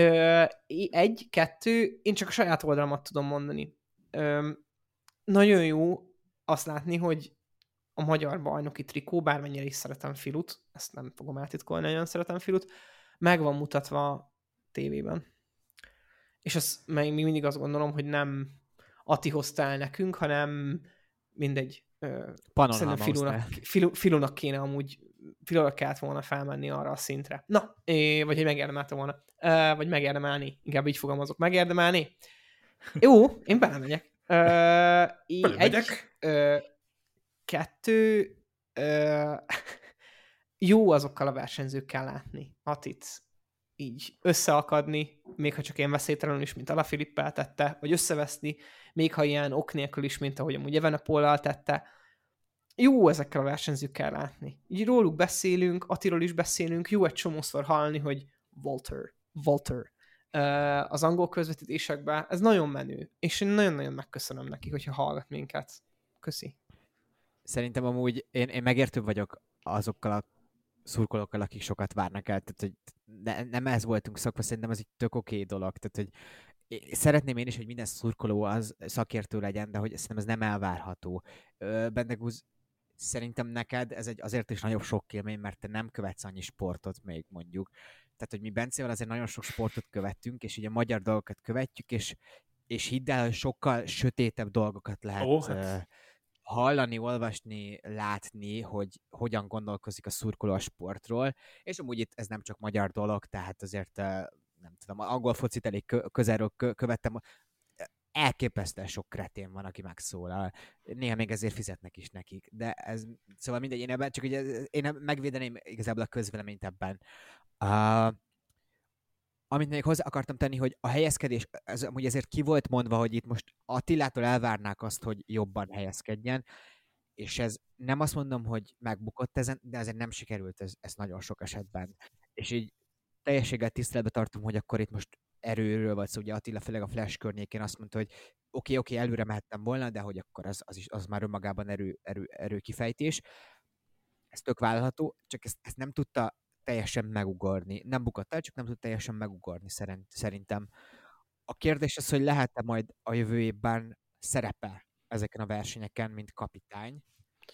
egy, kettő, én csak a saját oldalamat tudom mondani. Nagyon jó azt látni, hogy a magyar bajnoki trikó, bármennyire is szeretem Filut, ezt nem fogom eltitkolni, nagyon szeretem Filut, meg van mutatva a tévében. És azt még mindig azt gondolom, hogy nem Ati hozta el nekünk, hanem mindegy. Szerintem Filunak, Filu, Filunak kéne amúgy, Filunak kellett volna felmenni arra a szintre. Na, é, vagy hogy megérdemelte volna. Uh, vagy megérdemelni. Inkább így fogalmazok. Megérdemelni. Jó, én belemegyek. Uh, egy, uh, kettő, uh, jó azokkal a versenyzőkkel látni. Atit így összeakadni, még ha csak ilyen veszélytelenül is, mint Alaphilippel tette, vagy összeveszni, még ha ilyen ok nélkül is, mint ahogy amúgy Evenepoellal tette. Jó ezekkel a versenyzőkkel látni. Így róluk beszélünk, Attiról is beszélünk, jó egy csomószor hallani, hogy Walter, Walter az angol közvetítésekben. Ez nagyon menő, és én nagyon-nagyon megköszönöm neki, hogyha hallgat minket. Köszi. Szerintem amúgy én, én megértőbb vagyok azokkal a szurkolókkal, akik sokat várnak el, tehát hogy ne, nem ez voltunk szakva, szerintem ez egy tök oké dolog, tehát hogy szeretném én is, hogy minden szurkoló az szakértő legyen, de hogy szerintem ez nem elvárható. Bendegúz, szerintem neked ez egy azért is nagyobb sok élmény, mert te nem követsz annyi sportot még mondjuk. Tehát, hogy mi Bencével azért nagyon sok sportot követünk, és ugye magyar dolgokat követjük, és, és hidd el, hogy sokkal sötétebb dolgokat lehet oh, hát. hallani, olvasni, látni, hogy hogyan gondolkozik a szurkoló a sportról, és amúgy itt ez nem csak magyar dolog, tehát azért nem tudom, angol focit elég közelről követtem, elképesztően sok kretén van, aki megszólal. Néha még ezért fizetnek is nekik. De ez, szóval mindegy, én ebben, csak ugye én megvédeném igazából a közvéleményt ebben. Uh, amit még hozzá akartam tenni, hogy a helyezkedés, ez, amúgy ezért ki volt mondva, hogy itt most Attilától elvárnák azt, hogy jobban helyezkedjen, és ez nem azt mondom, hogy megbukott ezen, de ezért nem sikerült ez, ez nagyon sok esetben. És így teljességgel tiszteletbe tartom, hogy akkor itt most erőről vagy szó, ugye Attila főleg a Flash környékén azt mondta, hogy oké, okay, oké, okay, előre mehettem volna, de hogy akkor az, az, is, az már önmagában erő, erő, erő kifejtés. Ez tök vállalható, csak ezt, ezt nem tudta teljesen megugorni. Nem bukott el, csak nem tudta teljesen megugorni szerintem. A kérdés az, hogy lehet-e majd a jövő évben szerepel ezeken a versenyeken, mint kapitány.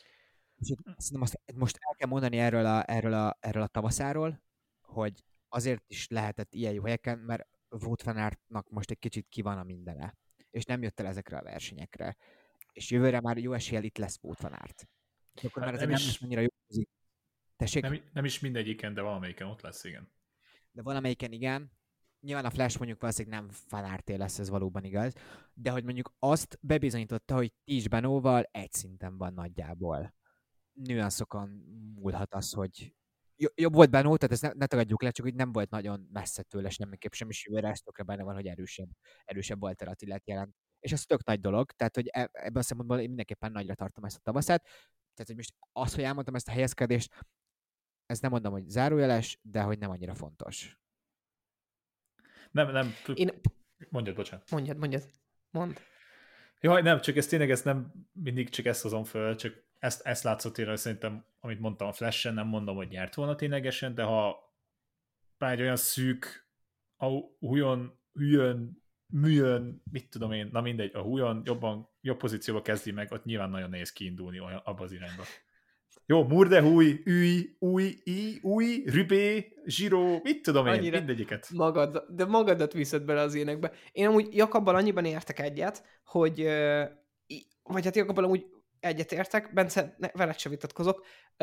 És szerintem azt most el kell mondani erről a, erről a, erről a tavaszáról, hogy azért is lehetett ilyen jó helyeken, mert Wout van Aertnak most egy kicsit ki van a mindene, és nem jött el ezekre a versenyekre. És jövőre már jó eséllyel itt lesz Wout van Aert. Akkor hát már nem, nem is annyira jó húzik. Tessék? Nem, nem is mindegyiken, de valamelyiken ott lesz, igen. De valamelyiken igen. Nyilván a Flash mondjuk valószínűleg nem Van Aerté lesz, ez valóban igaz. De hogy mondjuk azt bebizonyította, hogy Tish Benóval egy szinten van nagyjából. Nüanszokon múlhat az, hogy jobb volt Benó, tehát ezt ne, ne tagadjuk le, csak úgy nem volt nagyon messze tőle semmiképp sem, és jövőre ezt tökre benne van, hogy erősebb, erősebb Walter Attilát jelent. És ez tök nagy dolog, tehát hogy e, ebben a szempontból én mindenképpen nagyra tartom ezt a tavaszát. Tehát, hogy most az, hogy elmondtam ezt a helyezkedést, ezt nem mondom, hogy zárójeles, de hogy nem annyira fontos. Nem, nem. Én... Mondjad, bocsánat. Mondjad, mondjad. Mondd. Jaj, nem, csak ezt tényleg ezt nem mindig csak ezt hozom föl, csak ezt, ezt látszott tényleg, szerintem, amit mondtam a Flash-en, nem mondom, hogy nyert volna ténylegesen, de ha már egy olyan szűk, a hújon, hülyön, műjön, mit tudom én, na mindegy, a hújon jobban, jobb pozícióba kezdi meg, ott nyilván nagyon nehéz kiindulni olyan, abba az irányba. Jó, Murdehúj, Üj, Új, I, Új, Rübé, Zsiró, mit tudom én, Annyira mindegyiket. Magad, de magadat viszed bele az énekbe. Én amúgy Jakabbal annyiban értek egyet, hogy, vagy hát Jakabbal amúgy egyet értek, Bence, ne, veled se vitatkozok,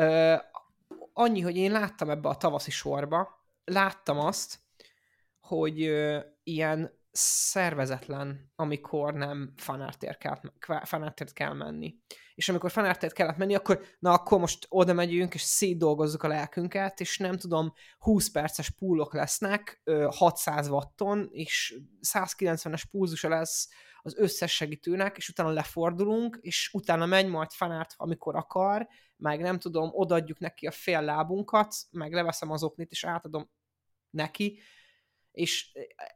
annyi, hogy én láttam ebbe a tavaszi sorba, láttam azt, hogy ilyen szervezetlen, amikor nem fanártért kell, fanártért kell menni. És amikor fanártért kellett menni, akkor na akkor most oda megyünk, és szétdolgozzuk a lelkünket, és nem tudom, húsz perces púlok lesznek, hatszáz watton, és százkilencvenes pulzusa lesz az összes segítőnek, és utána lefordulunk, és utána megy majd fanárt, amikor akar, meg nem tudom, odaadjuk neki a fél lábunkat, meg leveszem az oknit, és átadom neki, és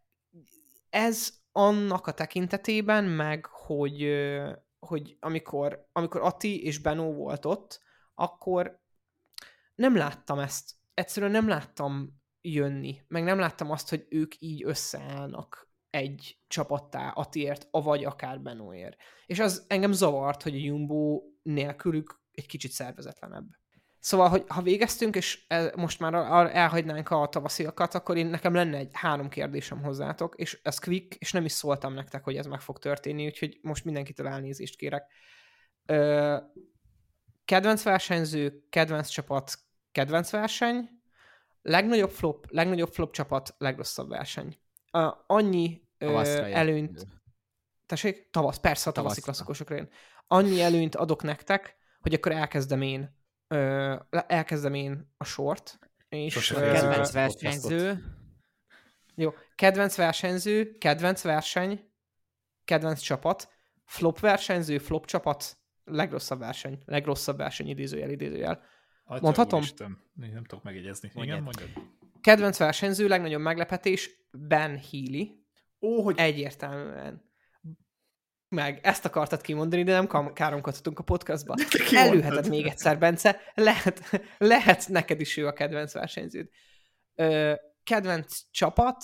ez annak a tekintetében, meg hogy, hogy amikor, amikor Ati és Benó volt ott, akkor nem láttam ezt. Egyszerűen nem láttam jönni, meg nem láttam azt, hogy ők így összeállnak egy csapattá Atiért, vagy akár Benóért. És az engem zavart, hogy a Jumbo nélkülük egy kicsit szervezetlenebb. Szóval, hogy ha végeztünk, és most már elhagynánk a tavasziakat, akkor én nekem lenne egy három kérdésem hozzátok, és ez quick, és nem is szóltam nektek, hogy ez meg fog történni, úgyhogy most mindenkitől elnézést kérek. Ö, kedvenc versenyző, kedvenc csapat, kedvenc verseny, legnagyobb flop, legnagyobb flop csapat, legrosszabb verseny. Uh, annyi uh, előnyt... Tessék? Tavasz, persze a tavaszi klasszikusokra én. Annyi előnyt adok nektek, hogy akkor elkezdem én Ö, elkezdem én a sort. És, ö, kedvenc versenyző. Jó, kedvenc versenyző, kedvenc verseny, kedvenc csapat, flop versenyző, flop csapat, legrosszabb verseny, legrosszabb verseny, idézőjel, idézőjel. Atya Mondhatom? Úristen, nem tudok megjegyezni. Igen, mondjad. Kedvenc versenyző, legnagyobb meglepetés, Ben Healy. Ó, hogy... Egyértelműen. Meg, ezt akartad kimondani, de nem káromkodhatunk a podcastba. Előheted még egyszer, Bence. Lehet, lehet neked is ő a kedvenc versenyződ. Ö, kedvenc csapat.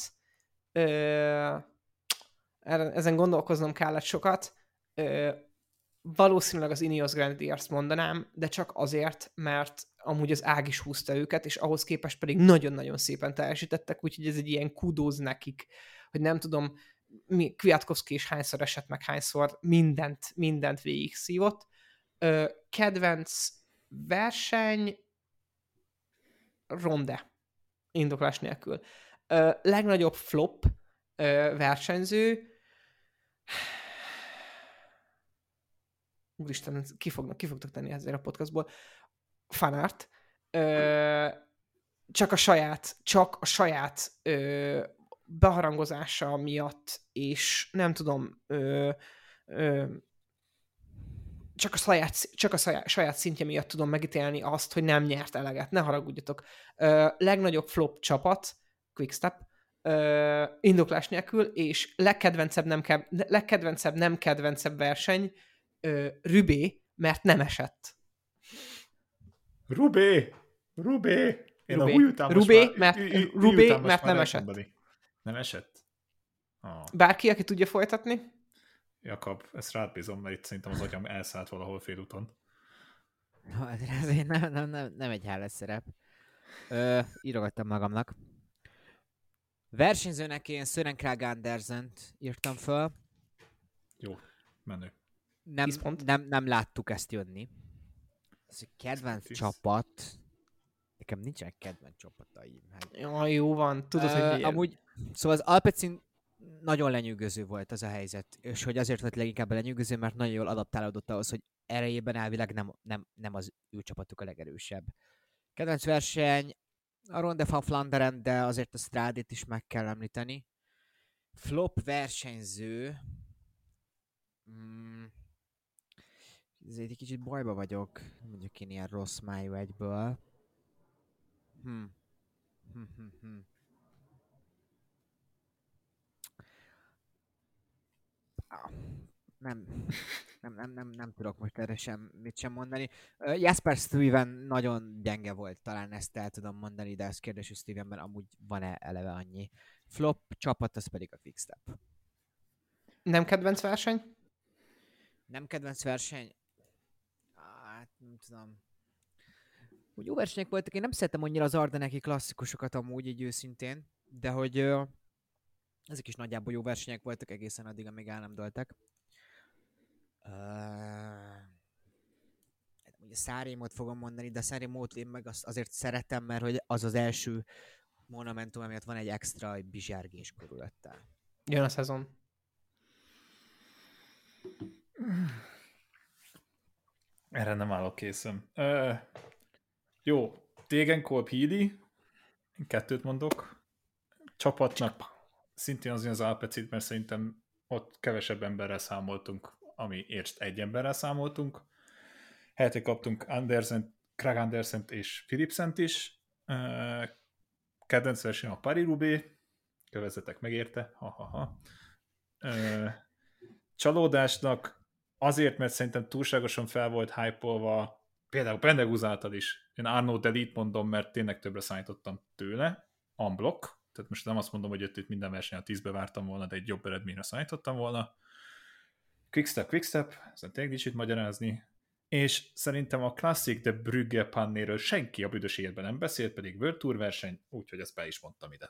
Ö, ezen gondolkoznom kellett sokat. Ö, valószínűleg az Ineos Grenadiers mondanám, de csak azért, mert amúgy az ág is húzta őket, és ahhoz képest pedig nagyon-nagyon szépen teljesítettek, úgyhogy ez egy ilyen kudoz nekik, hogy nem tudom, mi, Kwiatkowski is hányszor esett meg, hányszor mindent, mindent végig szívott. Ö, kedvenc verseny Ronde, indoklás nélkül. Ö, legnagyobb flop ö, versenyző Úristen, ki, fognak, ki fogtok tenni ezzel a podcastból. Fanart. Ö, csak a saját, csak a saját ö, beharangozása miatt, és nem tudom, ö, ö, csak a, saját, csak a saját, saját szintje miatt tudom megítélni azt, hogy nem nyert eleget. Ne haragudjatok. Ö, legnagyobb flop csapat, Quickstep, ö, indoklás nélkül, és legkedvencebb nem, ke- legkedvencebb, nem kedvencebb verseny, ö, Rübé, mert nem esett. Rubé! Rubé! Én Rubé. a húj után Rubé, most mert, már, ü- ü- Rubé, után most mert már nem esett. elmondani. Nem esett? Oh. Bárki, aki tudja folytatni? Jakab, ezt rád bízom, mert itt szerintem az agyam elszállt valahol félúton. Hát ez nem, nem, nem, nem egy hálás szerep. Ö, írogattam magamnak. Versenyzőnek én Søren Kragh Andersent írtam föl. Jó, menő. Nem, nem, nem láttuk ezt jönni. Ez egy kedvenc Tíz. csapat. Nekem nincsenek kedvenc csapataim. Hát. Ja, jó van, tudod, uh, hogy amúgy, szóval az Alpecin nagyon lenyűgöző volt az a helyzet, és hogy azért volt leginkább lenyűgöző, mert nagyon jól adaptálódott ahhoz, hogy erejében elvileg nem, nem, nem az ő csapatuk a legerősebb. Kedvenc verseny, a Ronde van Flanderen, de azért a Strádét is meg kell említeni. Flop versenyző. Mm. Ezért egy kicsit bajba vagyok. Mondjuk én ilyen rossz májú egyből. Hm. Hm, hm, hm. Ah, Nem, nem, nem, nem, nem tudok most erre sem mit sem mondani. Uh, Jasper Stuyven nagyon gyenge volt, talán ezt el tudom mondani, de az kérdés, hogy Stuyvenben amúgy van-e eleve annyi. Flop csapat, az pedig a Quickstep. Nem kedvenc verseny? Nem kedvenc verseny? Hát nem tudom. Úgy jó versenyek voltak, én nem szeretem annyira az Ardeneki klasszikusokat amúgy, így őszintén, de hogy uh, ezek is nagyjából jó versenyek voltak egészen addig, amíg el nem dőltek. Uh, ugye Szárémot fogom mondani, de Szárémot én meg az, azért szeretem, mert hogy az az első monumentum, amiatt van egy extra bizsárgés körülötte. Jön a szezon. Erre nem állok készen. Uh, jó, Degenkolb Hídi, én kettőt mondok. Csapatnak szintén azért az Alpecit, mert szerintem ott kevesebb emberrel számoltunk, amiért egy emberrel számoltunk. Helyette kaptunk Andersen, Krag Andersent és Philipsent is. Uh, kedvenc verseny a Paris-Roubaix, kövezzetek megérte. Ha, ha, ha. Uh, csalódásnak azért, mert szerintem túlságosan fel volt hype-olva, például Pendegúz által is. Én Arnaud Delit mondom, mert tényleg többre számítottam tőle, unblock, tehát most nem azt mondom, hogy itt minden versenyen a tízbe vártam volna, de egy jobb eredményre számítottam volna. Quickstep, Quickstep, ezen tényleg nincs itt magyarázni. És szerintem a Classic de Brugge Pannéről senki a büdös életben nem beszélt, pedig World Tour verseny, úgyhogy ezt be is mondtam ide.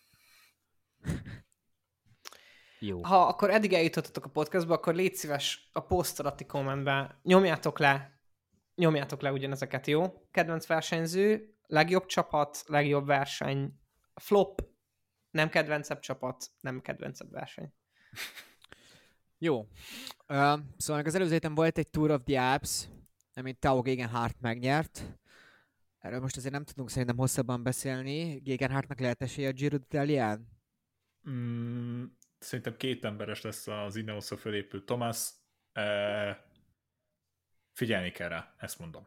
Jó. Ha akkor eddig eljutottatok a podcastba, akkor légy szíves a poszt alatti kommentben nyomjátok le, nyomjátok le ugyanezeket, jó? Kedvenc versenyző, legjobb csapat, legjobb verseny, flop, nem kedvencebb csapat, nem kedvencebb verseny. Jó. Uh, szóval az előző héten volt egy Tour of the Alps, amit Tao Gegenhardt megnyert. Erről most azért nem tudunk szerintem hosszabban beszélni. Gegenhardtnak lehet esélye a Giro d'Italián? Mm, szerintem két emberes lesz az Ineosra fölépült Thomas. E, figyelni kell rá, ezt mondom.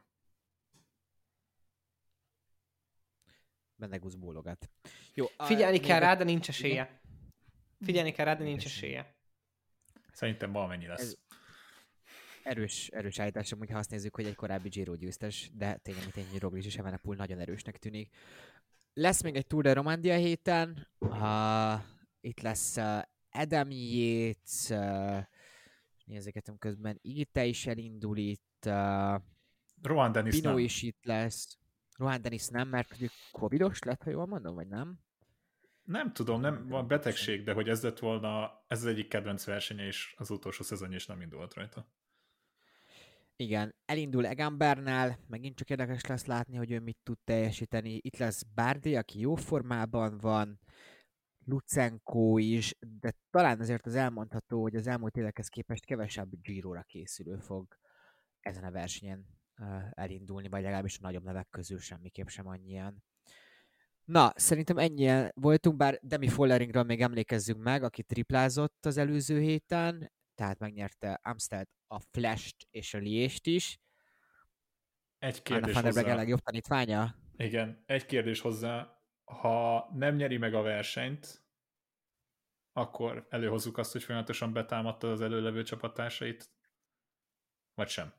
Bendegúz bólogat. Jó, Figyelni a, kell még rá, a- de nincs esélye. Figyelni kell rá, de nincs esélye. Szerintem valamennyi lesz. Ez- Erős, erős állítás, amúgy ha azt nézzük, hogy egy korábbi Giro győztes, de tényleg, mint ennyi Roglic és Evenepoel nagyon erősnek tűnik. Lesz még egy Tour de Romandie héten, uh, itt lesz uh, Adam Yates, uh, nézegetem közben, Igite is elindul itt, uh, Rohan Dennis Pino nem. is itt lesz, Rohan Dennis nem, mert hogy covidos lett, ha jól mondom, vagy nem? Nem tudom, nem van betegség, de hogy ez lett volna, ez az egyik kedvenc versenye, és az utolsó szezonja is nem indult rajta. Igen, elindul Egan Bernal, megint csak érdekes lesz látni, hogy ő mit tud teljesíteni. Itt lesz Bardet, aki jó formában van, Lucenko is, de talán azért az elmondható, hogy az elmúlt évekhez képest kevesebb Giro-ra készülő fog ezen a versenyen uh, elindulni, vagy legalábbis a nagyobb nevek közül semmiképp sem annyian. Na, szerintem ennyien voltunk, bár Demi Folleringről még emlékezzünk meg, aki triplázott az előző héten, tehát megnyerte Amstel, a Flash-t és a Liést is. Egy Anna kérdés van der Breggen hozzá. legjobb tanítványa? Igen, egy kérdés hozzá. Ha nem nyeri meg a versenyt, akkor előhozzuk azt, hogy folyamatosan betámadta az előlevő csapattársait? Vagy sem?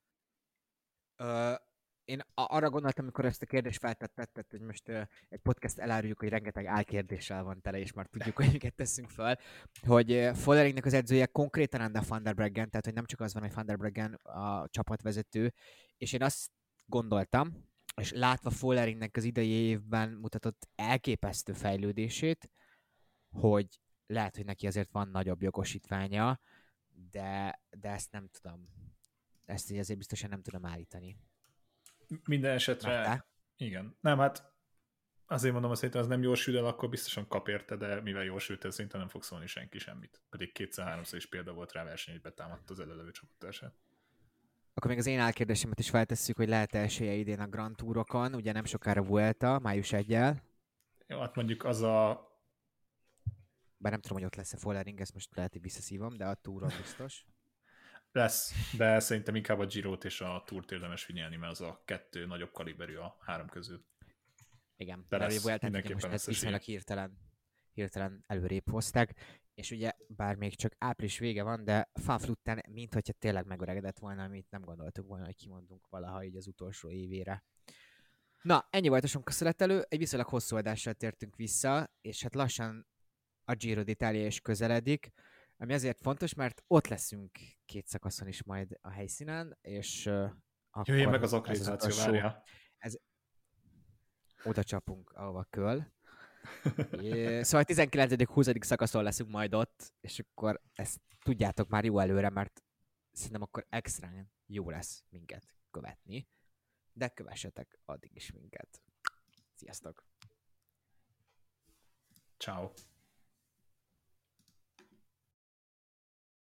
Ö, én a- arra gondoltam, amikor ezt a kérdést feltetted, hogy most ö, egy podcast eláruljuk, hogy rengeteg álkérdéssel van tele, és már tudjuk, hogy miket teszünk fel, hogy ö, Folleringnek az edzője konkrétan Anna van der Breggen, tehát hogy nem csak az van, hogy van der Breggen a csapatvezető, és én azt gondoltam, és látva Folleringnek az idei évben mutatott elképesztő fejlődését, hogy lehet, hogy neki azért van nagyobb jogosítványa, de, de ezt nem tudom. Ezt így azért biztosan nem tudom állítani. Minden esetre... Már te? Igen. Nem, hát azért mondom, azt, hogy az nem jól sül el, akkor biztosan kap érte, de mivel jól sült el, szerintem nem fog szólni senki semmit. Pedig kétszer-háromszor is példa volt rá verseny, hogy betámadta az előlevő csapattársát. Akkor még az én álkérdésemet is feltesszük, hogy lehet-e esélye idén a Grand Tourokon, ugye nem sokára Vuelta, május egyel. Jó, hát mondjuk az a... Bár nem tudom, hogy ott lesz-e Follering, ezt most lehet, hogy visszaszívom, de a Touron biztos. Lesz, de szerintem inkább a Girót és a Tourt érdemes figyelni, mert az a kettő nagyobb kaliberű a három közül. Igen, de mert lesz, Vueltát ugye mindenképpen most lesz ezt viszonylag hirtelen, hirtelen előrébb hozták, és ugye bár még csak április vége van, de Faflutten minthogyha tényleg megöregedett volna, amit nem gondoltuk volna, hogy kimondunk valaha így az utolsó évére. Na, ennyi volt a sonköszönetelő, egy viszonylag hosszú adással tértünk vissza, és hát lassan a Giro d'Italia is közeledik, ami azért fontos, mert ott leszünk két szakaszon is majd a helyszínen, és uh, akkor jöjjön meg az akkreditáció, várja. Ez oda csapunk, ahova köl. É, szóval tizenkilencedik-huszadik szakaszon leszünk majd ott, és akkor ezt tudjátok már jó előre, mert szerintem akkor extrán jó lesz minket követni. De kövessetek addig is minket. Sziasztok! Ciao.